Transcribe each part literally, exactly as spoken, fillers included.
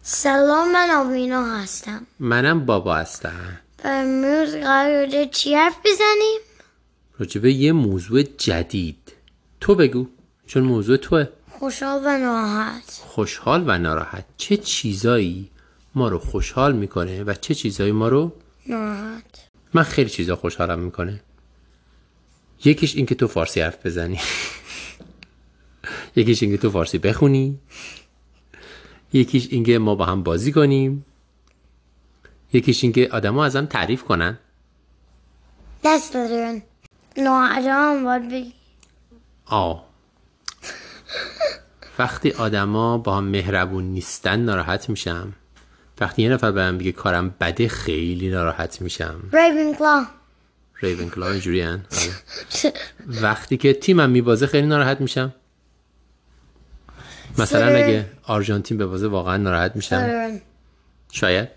سلام، من آوینا هستم. منم بابا هستم. و امروز قراره چی حرف بزنیم؟ راجبه یه موضوع جدید. تو بگو، چون موضوع توه. خوشحال و ناراحت. خوشحال و ناراحت. چه چیزایی ما رو خوشحال میکنه و چه چیزایی ما رو ناراحت؟ من خیلی چیزا خوشحالم میکنه. یکیش این که تو فارسی حرف بزنی. یکیش این که تو فارسی بخونی. یکیش این که ما با هم بازی کنیم. یکیش این که آدم ها ازم تعریف کنن. دست ندارن. ناراحت هم باید بگی. آه وقتی آدما با هم مهربون نیستن ناراحت میشم. وقتی یه نفر بهم بگه کارم بده خیلی ناراحت میشم. ریونکلا. ریونکلا اینجوری هن. وقتی که تیمم میبازه خیلی ناراحت میشم. مثلا اگه آرژانتین ببازه واقعا ناراحت میشم. شاید.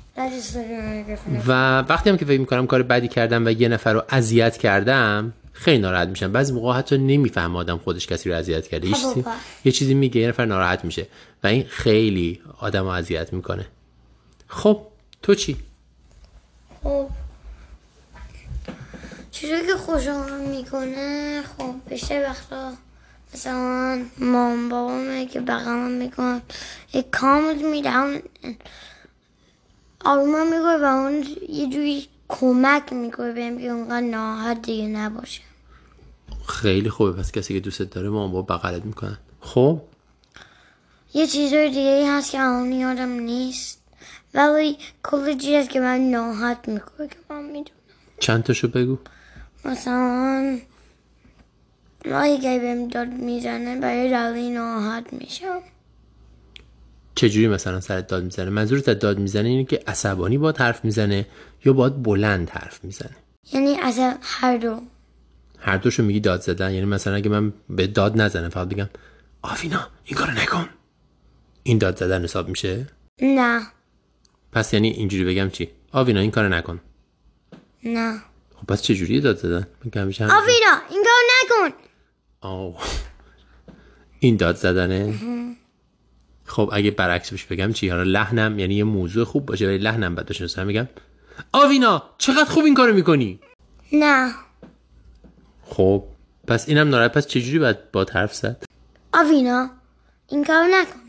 و وقتی هم که فکر میکنم کار بدی کردم و یه نفر رو اذیت کردم خیلی ناراحت میشم. بعضی موقع حتی نمیفهم آدم خودش کسی رو اذیت کرده. یه چیزی یه چیزی میگه یه نفر ناراحت میشه و این خیلی آدمو اذیت میکنه. خب تو چی؟ خب چیزی که خوشحال میکنه خب بشه وقتا مثلا مام بابامه که بغلم میکنن it calms me down آرومم میکنه و اون یه جوری کمک میکنه بهم که اونقدر ناراحت دیگه نباشه. خیلی خوبه. پس کسی که دوستت داره مام بابا بغلت میکنن. خب یه چیزای دیگه هست که الان یادم نیست ولی کلی چیز هست که من ناراحت میکنه که من میدونم. چند تاشو بگو. مثلا راهی که بهم داد میزنه برای دلیل ناراحت میشم. چجوری مثلا سرت داد میزنه؟ منظورت از داد میزنه اینه که عصبانی باهات حرف میزنه یا باهات بلند حرف میزنه؟ یعنی اصلا هر دو. هر دوشو میگی داد زدن؟ یعنی مثلا اگه من به داد نزنم فقط بگم آوینا این کارو نکن، این داد زدن حساب میشه؟ نه. پس یعنی اینجوری بگم چی؟ آوینا این کارو نکن. نه. خب پس چجوری داد زدن؟ میگم میشه آوینا این کارو نکن. آه این داد زدنه. خب اگه برعکس بهش بگم چی؟ حالا لحنم یعنی یه موضوع خوب باشه ولی لحنم بد باشه، مثلا میگم آوینا چقدر خوب این کارو میکنی. نه. خب پس اینم ناراحت. پس چجوری باید با حرف زد؟ آوینا این کارو نکن.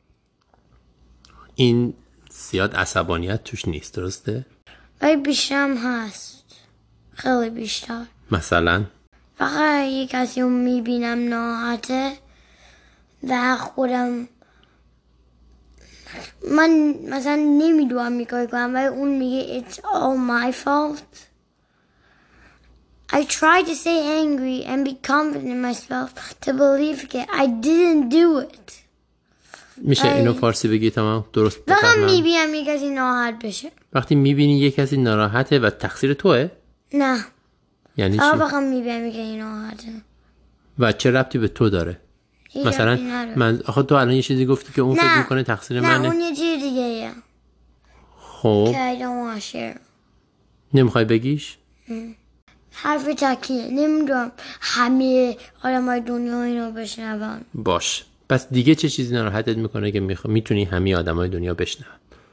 این زیاد عصبانیت توش نیست، درسته؟ ولی بیشترم هست، خیلی بیشتر. مثلا فقط یه کسی رو میبینم ناراحته و خودم من مثلا نمیدونم میکاری کنم ولی اون میگه it's all my fault. I try to stay angry and be confident in myself to believe that I didn't do it. میشه اینو فارسی بگی تمام درست بفهمم؟ بفهمم. میبینم یه کسی ناراحت بشه. وقتی میبینی یه کسی ناراحته و تقصیر توه؟ نه. یعنی چی؟ فقط میبینم یه کسی ناراحته. و چه ربطی به تو داره؟ مثلا من آخه تو الان یه چیزی گفتی که اون نه. فکر میکنه تقصیر منه. نه اون یه چیز دیگه ایه. خب که I don't want to share. نمیخوای بگیش؟ حرف تکیه نمیدونم همه آدم های دنیا اینو بشنون. باش. پس دیگه چه چیزی ناراحتت میکنه که میخوا... میتونی همه آدم های دنیا بشنون؟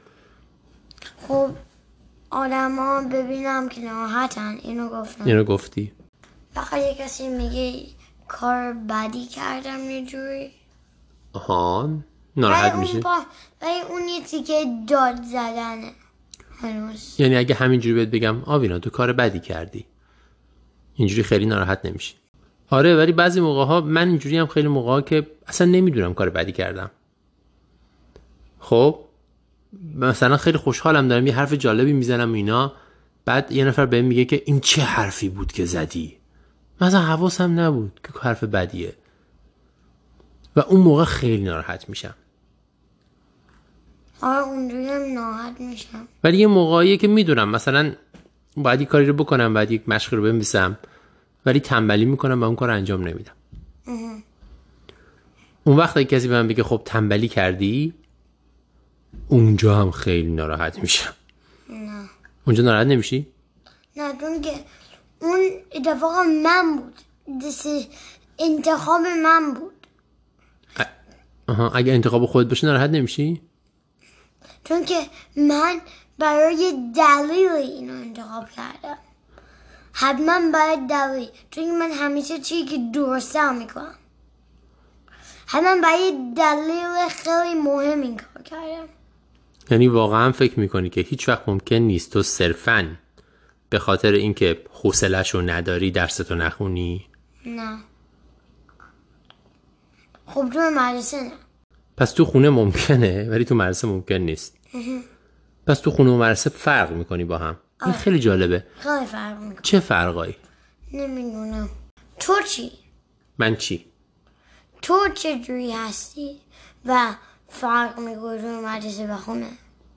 خب آدم ها ببینم که ناراحتن اینو گفتم. اینو گفتی؟ فقط یه کسی میگه کار بدی کردم یه جوری. آها ناراحت میشه. ولی اون یه تیکه داد زدنه هنوز. یعنی اگه همینجوری بهت بگم آوینا تو کار بدی کردی اینجوری خیلی ناراحت نمیشی؟ آره ولی بعضی موقع ها من اینجوری هم خیلی موقع ها که اصلا نمیدونم کار بدی کردم. خب مثلا خیلی خوشحالم دارم یه حرف جالبی میزنم اینا، بعد یه نفر بهم میگه که این چه حرفی بود که زدی، مثلا حواسم نبود که حرف بدیه و اون موقع خیلی ناراحت میشم. آره اونجوری هم ناراحت میشم. ولی یه موقعیه که میدونم مثلا باید یک کاری رو بکنم، باید یک مشق رو بنویسم ولی تنبلی میکنم و اون کار انجام نمیدم. اون وقت اگه کسی به من بگه خب تنبلی کردی، اونجا هم خیلی ناراحت میشم. نه. اونجا ناراحت نمیشی؟ نه چون که اون اتفاق من بود، دست انتخاب من بود. آها اگه انتخاب خودت باشه ناراحت نمیشی؟ چون که من برای دلیل اینو انتخاب کردم. حتما باید دلیل، چون من همیشه چیزی که درسته میکنم. حتما باید دلیل خیلی مهم این کار کردم. یعنی واقعا فکر میکنی که هیچ وقت ممکن نیست تو صرفاً به خاطر اینکه حوصله‌شو نداری درستو نخونی؟ نه. خب تو مدرسه نه. پس تو خونه ممکنه ولی تو مدرسه ممکن نیست. پس تو خونه و مدرسه فرق میکنی با هم. این خیلی جالبه. خیلی فرق میکنه. چه فرقایی؟ نمیدونم. تو چی؟ من چی؟ تو چه جوری هستی و فرق میکنی تو مدرسه و خونه؟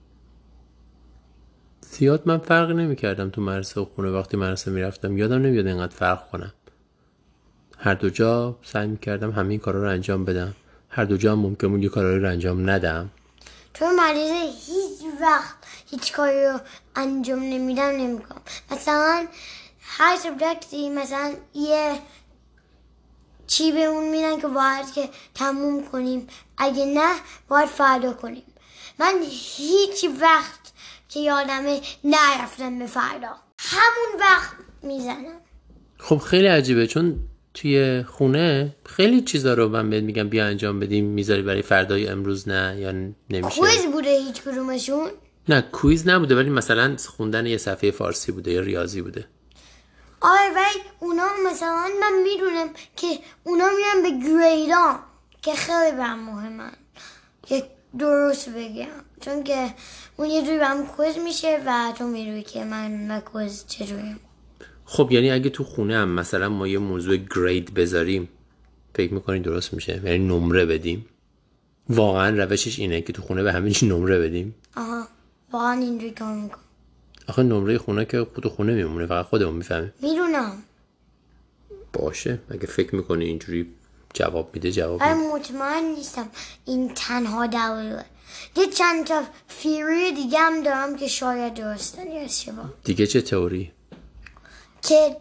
زیاد من فرق نمیکردم تو مدرسه و خونه. وقتی مدرسه میرفتم یادم نمیاد اینقدر فرق کنم. هر دو جا سعی میکردم همه این کارا رو انجام بدم. هر دو جا هم ممکن بود یه کارایی رو انجام ندم. تو مدرسه هیچ وقت هیچ کاری رو انجام نمیدم نمیکنم. مثلا هر سبجکتی مثلا یه چی به اون میدن که باید که تموم کنیم، اگه نه باید فردا کنیم. من هیچ وقت که یادمه نرفتم به فردا، همون وقت میزنم. خب خیلی عجیبه، چون توی خونه خیلی چیزا رو من بهت میگم بیا انجام بدیم میذاری برای فردای امروز نه یا نمیشه. کویز بوده هیچ کدومشون؟ نه کویز نبوده، ولی مثلا خوندن یه صفحه فارسی بوده یا ریاضی بوده. آره ولی اونا مثلا من میدونم که اونا میرن به گریدان که خیلی برام مهمن که درست بگم، چون که اون یه جوری برام کویز میشه و تو میدونی که من و کویز چجوریم. خب یعنی اگه تو خونه هم مثلا ما یه موضوع گرید بذاریم فکر میکنی درست میشه؟ یعنی نمره بدیم؟ واقعا روشش اینه که تو خونه به همه چی نمره بدیم؟ آها واقعا اینجوری کار میکنم. آخه نمره خونه که خود خونه میمونه، فقط خودمون میفهمیم. میدونم. باشه اگه فکر میکنی اینجوری جواب میده جواب من میده. مطمئن نیستم این تنها دلیله. یه چند تا فیوری دیگه هم دارم که شاید درستن یا اشتباه. دیگه چه تئوری؟ که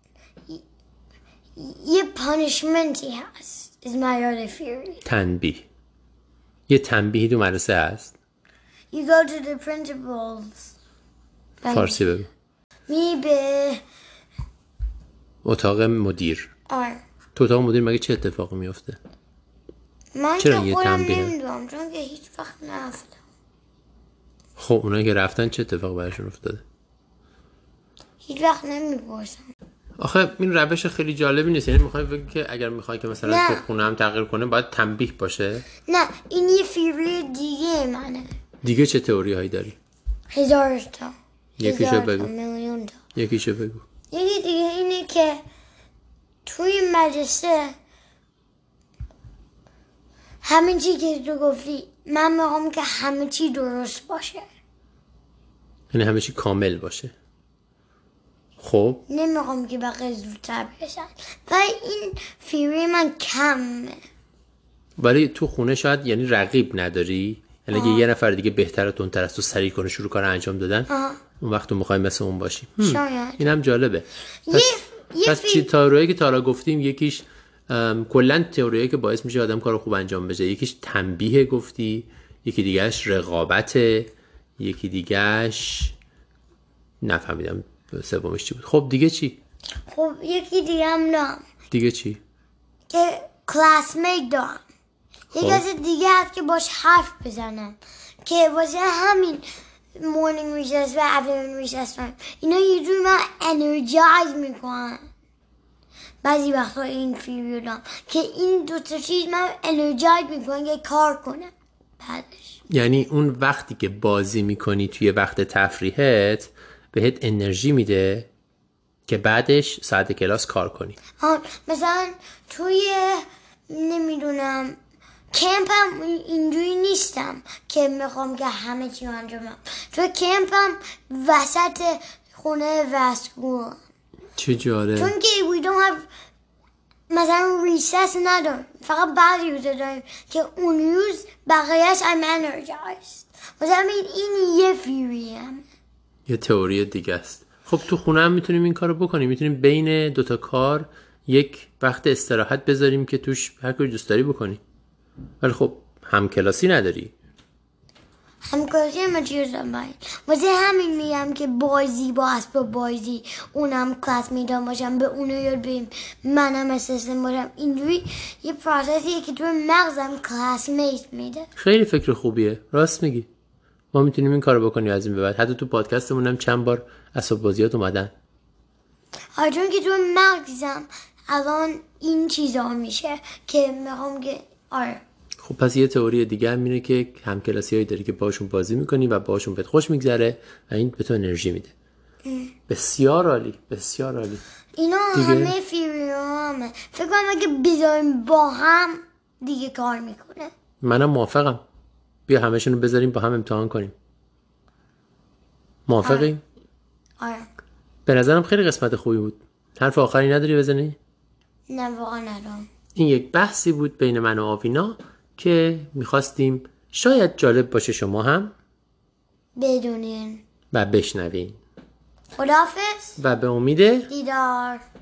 یه پانیشمنتی هست. is my other theory. تنبیه. یه تنبیهی تو مدرسه هست. You go to the principal's. فارسی بگو. می به اتاق مدیر. آره. تو اتاق مدیر مگه چه اتفاقی میفته؟ من چرا که یه خودم تنبیه؟ نمیدونم چون که هیچ وقت نرفتم. خب اونایی که رفتن چه اتفاق براشون افتاده؟ هیچ وقت نمیپرسم. آخه این روش خیلی جالبی نیست. یعنی میخوای بگی که اگر میخوای که مثلا نه. تو خونه هم تغییر کنه باید تنبیه باشه؟ نه این یه فیوری دیگه منه. دیگه چه تئوری هایی داری؟ هزار تا. یکیشو هزار تا، بگو. میلیون تا. یکیشو بگو. یکی دیگه اینه که توی مدرسه همین چی که تو گفتی من میخوام که همه چی درست باشه. یعنی همه چی کامل باشه. خب نمیخوام که بقیه زودتر برسن و این فیوری من کمه. ولی تو خونه شاید یعنی رقیب نداری؟ یعنی اگه یه نفر دیگه بهتره تندتر از تو سریع کنه شروع کنه انجام دادن آه. اون وقت تو میخوای مثل اون باشی. شاید. این هم جالبه. پس, یه یه پس فی... چی تئوریایی که تا گفتیم یکیش کلا تئوریایی که باعث میشه آدم کارو خوب انجام بده. یکیش تنبیه گفتی، یکی دیگهش رقابته، یکی دیگهش نفهمیدم سومش چی بود. خب دیگه چی؟ خب یکی دیگه هم دارم دیگه چی؟ که کلاسمیت دارم. خب. یکی از دیگه هست که باش حرف بزنم که واسه همین مورنینگ ریسس و افترنون ریسس دارم. اینا یه جور من انرژایز میکنن. بعضی وقتا این فیوری دارم که این دو تا چیز من انرژایز میکنن که کار کنم بعدش. یعنی اون وقتی که بازی میکنی توی وقت تفریحت بهت انرژی میده که بعدش ساعت کلاس کار کنی. آن مثلا توی نمیدونم کمپم اینجوری نیستم که میخوام که همه چی رو انجام بدم. توی کمپم وسط خونه و اسکول. چه جالب. چون که we don't have مثلا ریسس نداریم، فقط بعضی روزا داریم که اون روز بقیهش I'm energized. مثلا این یه فیوری هم یه تئوری دیگه است. خب تو خونه هم میتونیم این کارو بکنیم. میتونیم بین دوتا کار یک وقت استراحت بذاریم که توش هر کاری دوست داری بکنی. ولی خب هم کلاسی نداری. همکاری همه چیز رو باید واسه همین میگم که بازی با اسباب بازی اونم کلاس میدم باشم به اونو یاد بریم منم اسیستن باشم اینجوری یه پروسسیه که تو مغزم کلاس میت میده. خیلی فکر خوبیه، راست میگی. ما میتونیم این کارو بکنیم از این به بعد. حتی تو پادکستمون هم چند بار اسباب بازیات اومدن. آره چون که تو مغزم الان این چیزا میشه که میخوام که آره. خب پس یه تئوری دیگه هم اینه که همکلاسیایی داری که باشون بازی میکنی و باشون بهت خوش میگذره و این به تو انرژی میده. ام. بسیار عالی، بسیار عالی. اینا دیگه؟ همه فیریامه. فکر کنم اگه بذاریم با هم دیگه کار میکنه. منم موافقم. بیا همشون رو بذاریم با هم امتحان کنیم. موافقی؟ آره. آره. به نظرم خیلی قسمت خوبی بود. حرف آخری نداری بزنی؟ نه واقعا ندارم. این یک بحثی بود بین من و آوینا که میخواستیم شاید جالب باشه شما هم بدونین و بشنوین. خداحافظ و به امید دیدار.